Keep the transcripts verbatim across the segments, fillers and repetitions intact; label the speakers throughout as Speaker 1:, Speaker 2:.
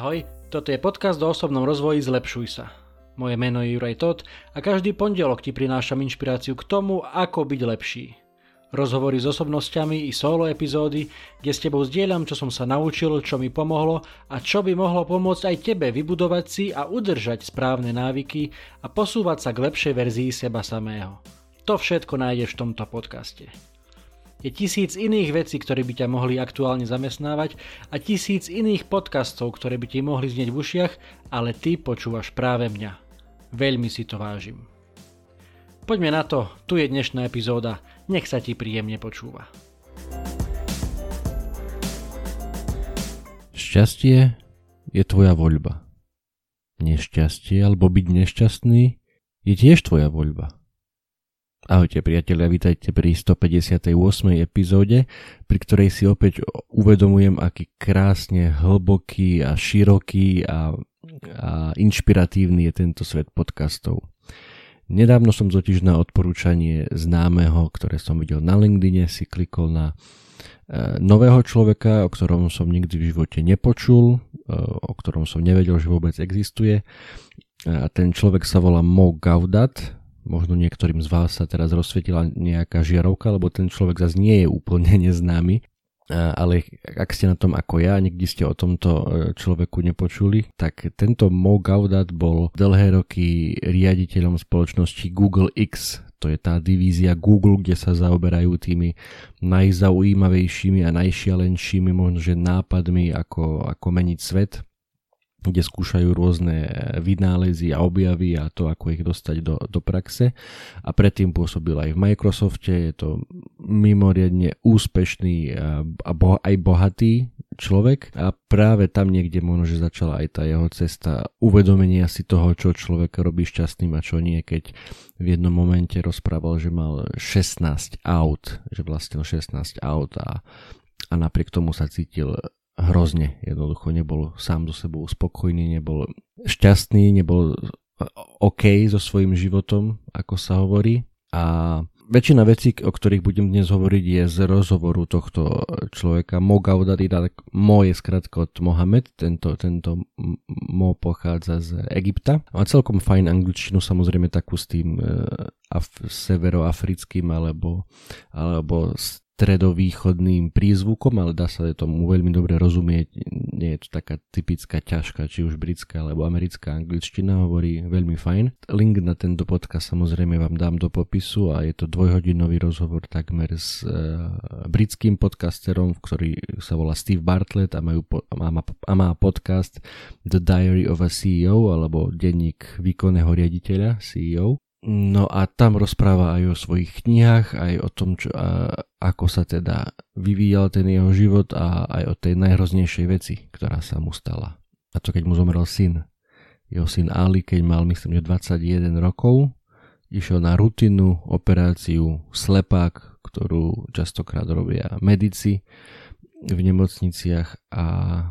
Speaker 1: Ahoj, toto je podcast o osobnom rozvoji Zlepšuj sa. Moje meno je Juraj Todt a každý pondelok ti prinášam inšpiráciu k tomu, ako byť lepší. Rozhovory s osobnosťami i solo epizódy, kde s tebou zdieľam, čo som sa naučil, čo mi pomohlo a čo by mohlo pomôcť aj tebe vybudovať si a udržať správne návyky a posúvať sa k lepšej verzii seba samého. To všetko nájdeš v tomto podcaste. Je tisíc iných vecí, ktoré by ťa mohli aktuálne zamestnávať a tisíc iných podcastov, ktoré by ti mohli znieť v ušiach, ale ty počúvaš práve mňa. Veľmi si to vážim. Poďme na to, tu je dnešná epizóda, nech sa ti príjemne počúva.
Speaker 2: Šťastie je tvoja voľba. Nešťastie alebo byť nešťastný je tiež tvoja voľba. Ahojte priatelia, vítajte pri stopäťdesiatej ôsmej epizóde, pri ktorej si opäť uvedomujem, aký krásne hlboký a široký a, a inšpiratívny je tento svet podcastov. Nedávno som totiž na odporúčanie známeho, ktoré som videl na LinkedIne, si klikol na e, nového človeka, o ktorom som nikdy v živote nepočul, e, o ktorom som nevedel, že vôbec existuje. A ten človek sa volá Mo Gawdat. Možno niektorým z vás sa teraz rozsvietila nejaká žiarovka, lebo ten človek zase nie je úplne neznámy. Ale ak ste na tom ako ja, nikdy ste o tomto človeku nepočuli, tak tento Mo Gawdat bol dlhé roky riaditeľom spoločnosti Google X. To je tá divízia Google, kde sa zaoberajú tými najzaujímavejšími a najšialenšími možnože nápadmi, ako, ako meniť svet, kde skúšajú rôzne vynálezy a objavy a to, ako ich dostať do, do praxe. A predtým pôsobil aj v Microsofte, je to mimoriadne úspešný a bo, aj bohatý človek a práve tam niekde možno, že začala aj tá jeho cesta uvedomenia si toho, čo človeka robí šťastným a čo nie, keď v jednom momente rozprával, že mal šestnásť aut, že vlastnil šestnásť aut a, a napriek tomu sa cítil hrozne, jednoducho nebol sám so sebou spokojný, nebol šťastný, nebol OK so svojím životom, ako sa hovorí. A väčšina vecí, o ktorých budem dnes hovoriť, je z rozhovoru tohto človeka. Mo Gawdat, Mo je skrátka od Mohamed, tento, tento Mo pochádza z Egypta. Má celkom fajn angličtinu, samozrejme takú s tým af, severoafrickým alebo, alebo stredovýchodným prízvukom, ale dá sa tomu veľmi dobre rozumieť. Nie je to taká typická ťažká, či už britská alebo americká angličtina, hovorí veľmi fajn. Link na tento podcast samozrejme vám dám do popisu a je to dvojhodinový rozhovor takmer s uh, britským podcasterom, ktorý sa volá Steve Bartlett a, majú po, a, má, a má podcast The Diary of a C E O alebo denník výkonného riaditeľa C E O. No a tam rozpráva aj o svojich knihách, aj o tom, čo, a, ako sa teda vyvíjal ten jeho život a aj o tej najhroznejšej veci, ktorá sa mu stala. A to keď mu zomrel syn. Jeho syn Ali, keď mal myslím, že dvadsaťjeden rokov, išiel na rutinnú operáciu slepák, ktorú častokrát robia medici v nemocniciach a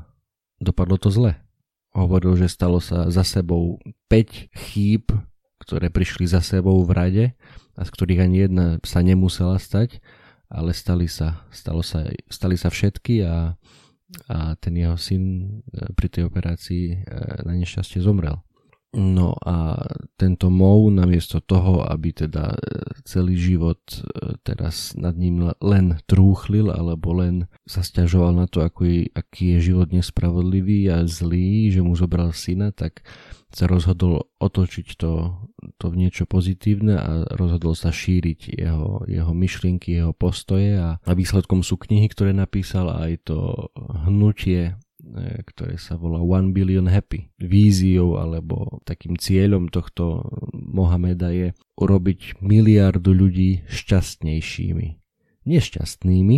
Speaker 2: dopadlo to zle. Hovoril, že stalo sa za sebou päť chýb, ktoré prišli za sebou v rade a z ktorých ani jedna sa nemusela stať, ale stali sa, stalo sa, stali sa všetky a, a ten jeho syn pri tej operácii na nešťastie zomrel. No a tento Mo namiesto toho, aby teda celý život teraz nad ním len trúchlil alebo len sa sťažoval na to, ako je, aký je život nespravodlivý a zlý, že mu zobral syna, tak sa rozhodol otočiť to, to v niečo pozitívne a rozhodol sa šíriť jeho, jeho myšlienky, jeho postoje a, a výsledkom sú knihy, ktoré napísal a aj to hnutie, ktoré sa volá One Billion Happy. Víziou alebo takým cieľom tohto Mohameda je urobiť miliardu ľudí šťastnejšími. Nešťastnými,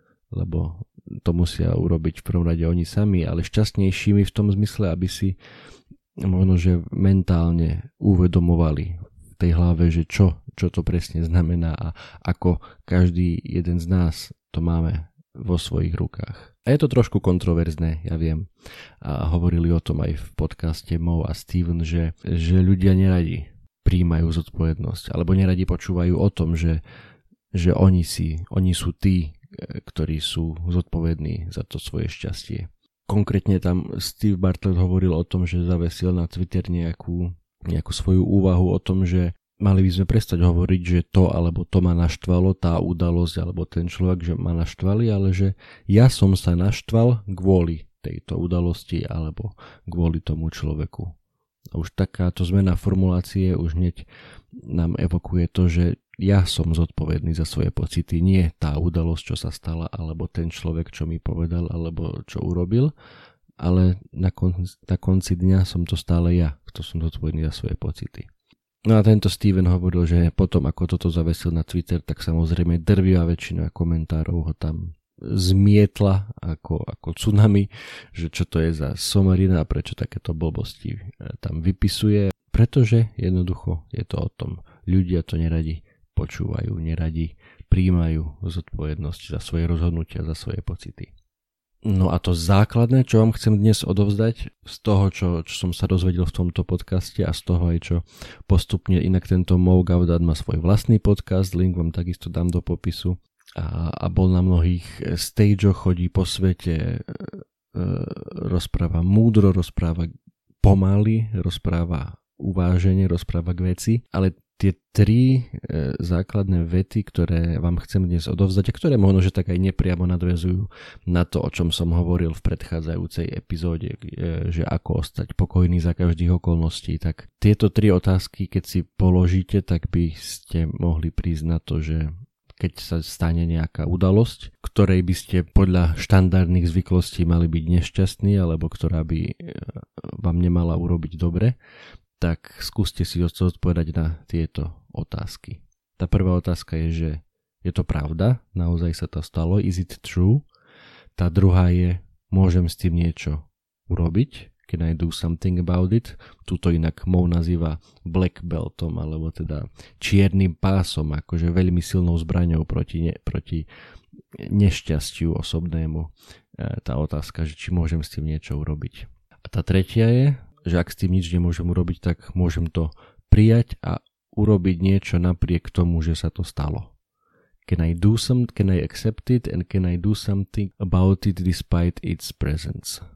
Speaker 2: lebo to musia urobiť v prvom rade oni sami, ale šťastnejšími v tom zmysle, aby si možno, že mentálne uvedomovali v tej hlave, že čo, čo to presne znamená a ako každý jeden z nás to máme vo svojich rukách. A je to trošku kontroverzné, ja viem. A hovorili o tom aj v podcaste Mo a Steven, že, že ľudia neradi prijímajú zodpovednosť, alebo neradi počúvajú o tom, že, že oni, si, oni sú tí, ktorí sú zodpovední za to svoje šťastie. Konkrétne tam Steve Bartlett hovoril o tom, že zavesil na Twitter nejakú, nejakú svoju úvahu o tom, že mali by sme prestať hovoriť, že to alebo to ma naštvalo, tá udalosť alebo ten človek, že ma naštvali, ale že ja som sa naštval kvôli tejto udalosti alebo kvôli tomu človeku. A už takáto zmena formulácie už hneď nám evokuje to, že ja som zodpovedný za svoje pocity, nie tá udalosť, čo sa stala, alebo ten človek, čo mi povedal, alebo čo urobil, ale na konci, na konci dňa som to stále ja, kto som zodpovedný za svoje pocity. No a tento Steven hovoril, že potom, ako toto zavesil na Twitter, tak samozrejme drvivá väčšina komentárov ho tam zmietla ako, ako tsunami, že čo to je za somarina a prečo takéto blbosti tam vypisuje, pretože jednoducho je to o tom. Ľudia to neradi počúvajú, neradi prijímajú zodpovednosť za svoje rozhodnutia, za svoje pocity. No a to základné, čo vám chcem dnes odovzdať z toho, čo, čo som sa dozvedel v tomto podcaste a z toho aj čo postupne, inak tento Mo Gawdat má svoj vlastný podcast, link vám takisto dám do popisu a, a bol na mnohých stageoch, chodí po svete, e, rozpráva múdro, rozpráva pomaly, rozpráva uváženie, rozpráva k veci, ale tie tri e, základné vety, ktoré vám chcem dnes odovzdať a ktoré možno, že tak aj nepriamo nadväzujú na to, o čom som hovoril v predchádzajúcej epizóde, e, že ako ostať pokojný za každých okolností, tak tieto tri otázky, keď si položíte, tak by ste mohli prísť na to, že keď sa stane nejaká udalosť, ktorej by ste podľa štandardných zvyklostí mali byť nešťastní, alebo ktorá by e, vám nemala urobiť dobre, tak skúste si odpovedať na tieto otázky. Tá prvá otázka je, že je to pravda? Naozaj sa to stalo? Is it true? Tá druhá je, môžem s tým niečo urobiť? Can I do something about it? Tuto inak Mo nazýva black beltom, alebo teda čiernym pásom, akože veľmi silnou zbraňou proti, ne, proti nešťastiu osobnému. Tá otázka, že či môžem s tým niečo urobiť. A tá tretia je, že ak s tým nič nemôžem urobiť, tak môžem to prijať a urobiť niečo napriek tomu, že sa to stalo. Can I do some, can I accept it and can I do something about it despite its presence?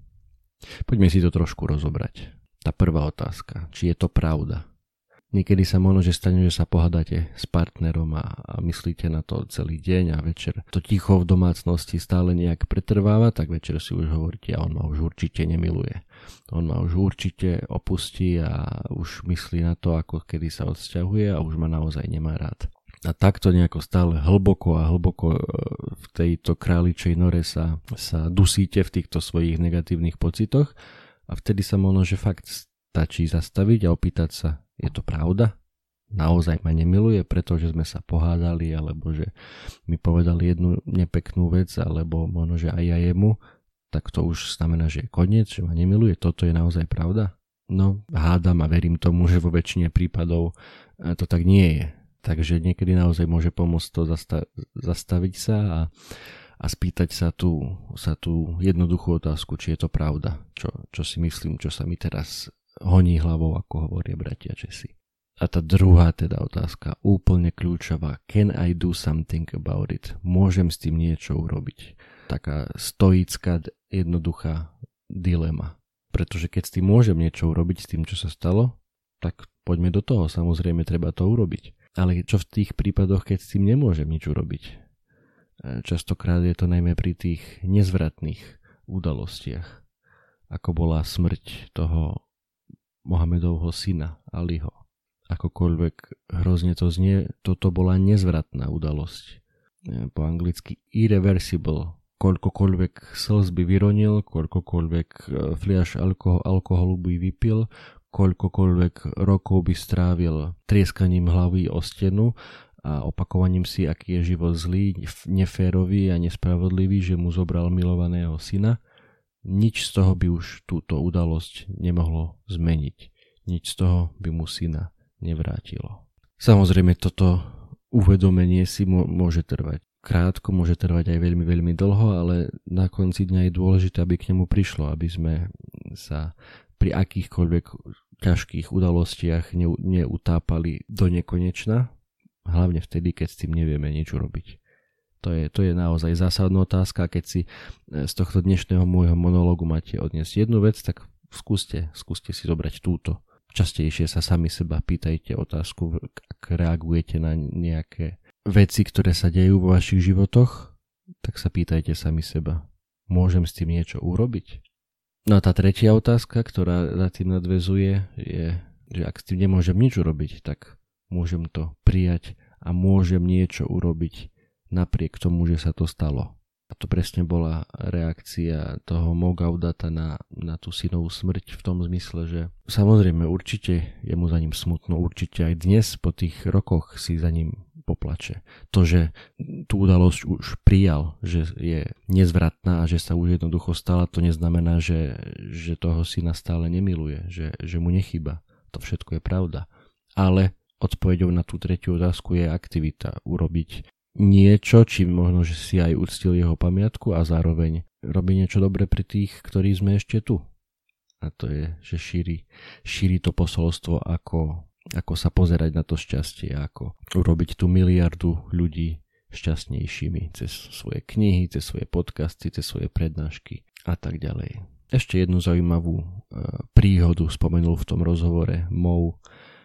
Speaker 2: Poďme si to trošku rozobrať. Tá prvá otázka, či je to pravda. Niekedy sa možno, že stane, že sa pohádate s partnerom a, a myslíte na to celý deň a večer to ticho v domácnosti stále nejak pretrváva, tak večer si už hovoríte, a on ma už určite nemiluje. On ma už určite opustí a už myslí na to, ako kedy sa odsťahuje a už ma naozaj nemá rád. A takto nejako stále hlboko a hlboko v tejto králičej nore sa, sa dusíte v týchto svojich negatívnych pocitoch a vtedy sa možno, že fakt stačí zastaviť a opýtať sa, je to pravda? Naozaj ma nemiluje, pretože sme sa pohádali, alebo že mi povedali jednu nepeknú vec, alebo možno, že aj ja jemu, tak to už znamená, že je koniec, že ma nemiluje. Toto je naozaj pravda? No, hádam a verím tomu, že vo väčšine prípadov to tak nie je. Takže niekedy naozaj môže pomôcť to zasta- zastaviť sa a, a spýtať sa tú, sa tú jednoduchú otázku, či je to pravda, čo, čo si myslím, čo sa mi teraz honí hlavou, ako hovoria bratia Česi. A tá druhá teda otázka, úplne kľúčová, can I do something about it? Môžem s tým niečo urobiť? Taká stoická, jednoduchá dilema. Pretože keď s tým môžem niečo urobiť, s tým, čo sa stalo, tak poďme do toho, samozrejme treba to urobiť. Ale čo v tých prípadoch, keď s tým nemôžem nič urobiť? Častokrát je to najmä pri tých nezvratných udalostiach, ako bola smrť toho Mohamedovho syna Aliho. Akokoľvek hrozne to znie, toto bola nezvratná udalosť. Po anglicky irreversible. Koľkokoľvek slz by vyronil, koľkokoľvek fliaš alkohol, alkoholu by vypil, koľkokoľvek rokov by strávil trieskaním hlavy o stenu a opakovaním si, aký je život zlý, neférový a nespravodlivý, že mu zobral milovaného syna, nič z toho by už túto udalosť nemohlo zmeniť. Nič z toho by mu syna nevrátilo. Samozrejme, toto uvedomenie si môže trvať krátko, môže trvať aj veľmi, veľmi dlho, ale na konci dňa je dôležité, aby k nemu prišlo, aby sme sa pri akýchkoľvek ťažkých udalostiach neutápali do nekonečna, hlavne vtedy, keď s tým nevieme nič urobiť. To je, to je naozaj zásadná otázka. Keď si z tohto dnešného môjho monológu máte odniesť jednu vec, tak skúste, skúste si zobrať túto. Častejšie sa sami seba pýtajte otázku, ak reagujete na nejaké veci, ktoré sa dejú vo vašich životoch, tak sa pýtajte sami seba, môžem s tým niečo urobiť? No a tá tretia otázka, ktorá za tým nadväzuje, je, že ak s tým nemôžem nič urobiť, tak môžem to prijať a môžem niečo urobiť napriek tomu, že sa to stalo. A to presne bola reakcia toho Mo Gaudatta na, na tú synovú smrť v tom zmysle, že samozrejme určite je mu za ním smutno, určite aj dnes po tých rokoch si za ním poplače. To, že tú udalosť už prijal, že je nezvratná a že sa už jednoducho stala, to neznamená, že, že toho syna stále nemiluje, že, že mu nechýba. To všetko je pravda. Ale odpoveďou na tú tretiu otázku je aktivita, urobiť niečo, čím možno, že si aj uctil jeho pamiatku a zároveň robí niečo dobré pri tých, ktorí sme ešte tu. A to je, že šíri, šíri to posolstvo, ako, ako sa pozerať na to šťastie, ako urobiť tú miliardu ľudí šťastnejšími cez svoje knihy, cez svoje podcasty, cez svoje prednášky a tak ďalej. Ešte jednu zaujímavú e, príhodu spomenul v tom rozhovore Mo,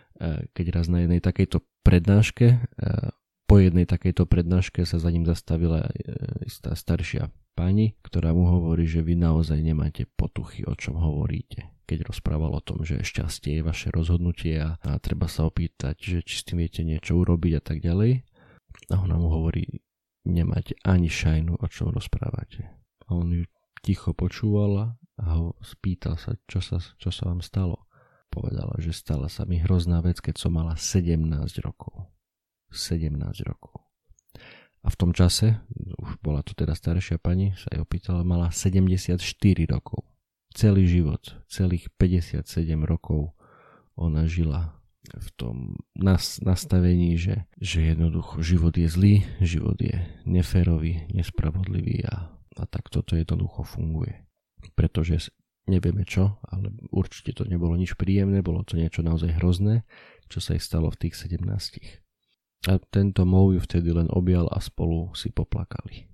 Speaker 2: e, keď raz na jednej takejto prednáške e, Po jednej takejto prednáške sa za ním zastavila istá staršia pani, ktorá mu hovorí, že vy naozaj nemáte potuchy, o čom hovoríte. Keď rozprával o tom, že šťastie je vaše rozhodnutie a, a treba sa opýtať, že či s tým viete niečo urobiť a tak ďalej. A ona mu hovorí, nemáte ani šajnu, o čom rozprávate. A on ju ticho počúvala a ho spýtal sa, čo sa, čo sa vám stalo. Povedala, že stala sa mi hrozná vec, keď som mala sedemnásť rokov. sedemnásť rokov. A v tom čase, už bola to teda staršia pani, sa jej opýtala, mala sedemdesiatštyri rokov. Celý život, celých päťdesiatsedem rokov ona žila v tom nas, nastavení, že, že jednoducho život je zlý, život je neférový, nespravodlivý a, a tak toto jednoducho funguje. Pretože nevieme čo, ale určite to nebolo nič príjemné, bolo to niečo naozaj hrozné, čo sa jej stalo v tých sedemnástich. A tento Mo ju vtedy len objal a spolu si poplakali.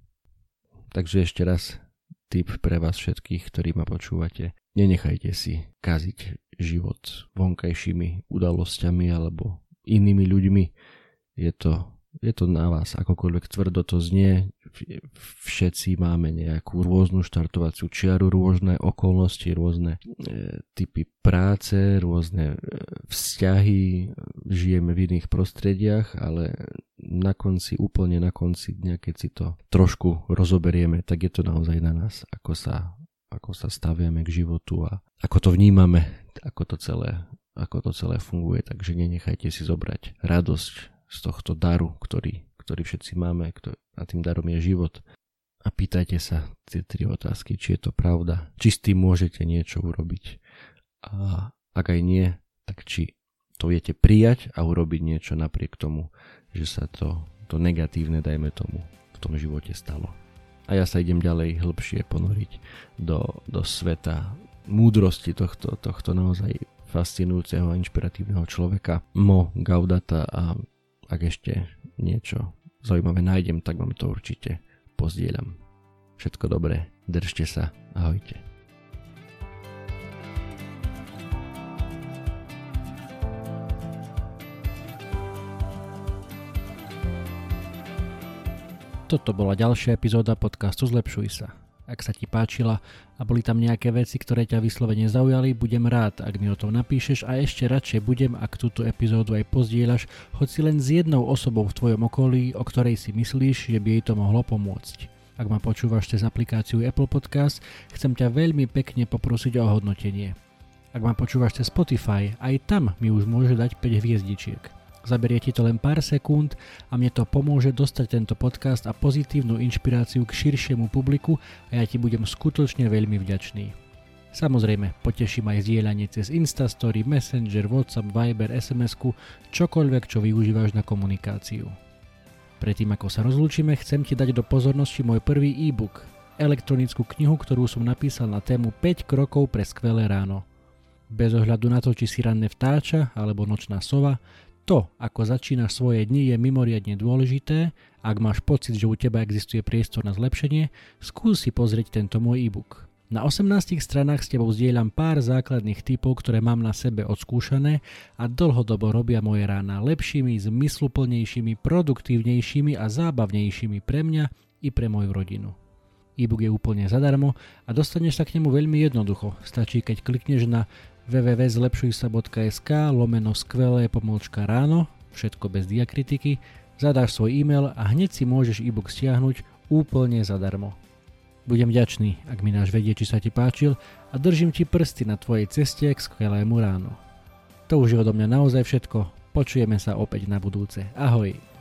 Speaker 2: Takže ešte raz tip pre vás všetkých, ktorí ma počúvate. Nenechajte si kaziť život vonkajšími udalosťami alebo inými ľuďmi. Je to, je to na vás, akokoľvek tvrdo to znie. Všetci máme nejakú rôznu štartovaciu čiaru, rôzne okolnosti, rôzne e, typy práce, rôzne e, vzťahy, žijeme v iných prostrediach, ale na konci, úplne na konci dňa, keď si to trošku rozoberieme, tak je to naozaj na nás, ako sa, ako sa staviame k životu a ako to vnímame, ako to celé, ako to celé funguje. Takže nenechajte si zobrať radosť z tohto daru, ktorý ktorý všetci máme, ktorý, a tým darom je život. A pýtajte sa tie tri otázky, či je to pravda, či s tým môžete niečo urobiť. A ak aj nie, tak či to viete prijať a urobiť niečo napriek tomu, že sa to, to negatívne, dajme tomu, v tom živote stalo. A ja sa idem ďalej hĺbšie ponoriť do, do sveta múdrosti tohto, tohto naozaj fascinujúceho a inšpiratívneho človeka Mo Gaudatta a ak ešte niečo zaujímavé nájdem, tak vám to určite pozdieľam. Všetko dobré, držte sa, ahojte.
Speaker 1: Toto bola ďalšia epizóda podcastu Zlepšuj sa. Ak sa ti páčila a boli tam nejaké veci, ktoré ťa vyslovene zaujali, budem rád, ak mi o tom napíšeš a ešte radšej budem, ak túto epizódu aj pozdieľaš, hoci len s jednou osobou v tvojom okolí, o ktorej si myslíš, že by jej to mohlo pomôcť. Ak ma počúvaš cez aplikáciu Apple Podcast, chcem ťa veľmi pekne poprosiť o hodnotenie. Ak ma počúvaš cez Spotify, aj tam mi už môže dať päť hviezdičiek. Zaberie ti to len pár sekúnd a mne to pomôže dostať tento podcast a pozitívnu inšpiráciu k širšiemu publiku a ja ti budem skutočne veľmi vďačný. Samozrejme, poteším aj zdieľanie cez Instastory, Messenger, WhatsApp, Viber, es em esku, čokoľvek, čo využívaš na komunikáciu. Predtým ako sa rozlúčime, chcem ti dať do pozornosti môj prvý e-book, elektronickú knihu, ktorú som napísal na tému päť krokov pre skvelé ráno. Bez ohľadu na to, či si ranné vtáča alebo nočná sova, To, ako začínaš svoje dni, je mimoriadne dôležité. Ak máš pocit, že u teba existuje priestor na zlepšenie, skús si pozrieť tento môj e-book. Na osemnástich stranách s tebou zdieľam pár základných tipov, ktoré mám na sebe odskúšané a dlhodobo robia moje rána lepšími, zmysluplnejšími, produktívnejšími a zábavnejšími pre mňa i pre moju rodinu. E-book je úplne zadarmo a dostaneš sa k nemu veľmi jednoducho. Stačí, keď klikneš na w w w bodka zlepšujsa bodka es ka lomeno skvelé pomôčka ráno, všetko bez diakritiky, zadáš svoj e-mail a hneď si môžeš e-book stiahnuť úplne zadarmo. Budem vďačný, ak mi dáš vedieť, či sa ti páčil a držím ti prsty na tvojej ceste k skvelému ránu. To už je odo mňa naozaj všetko, počujeme sa opäť na budúce. Ahoj!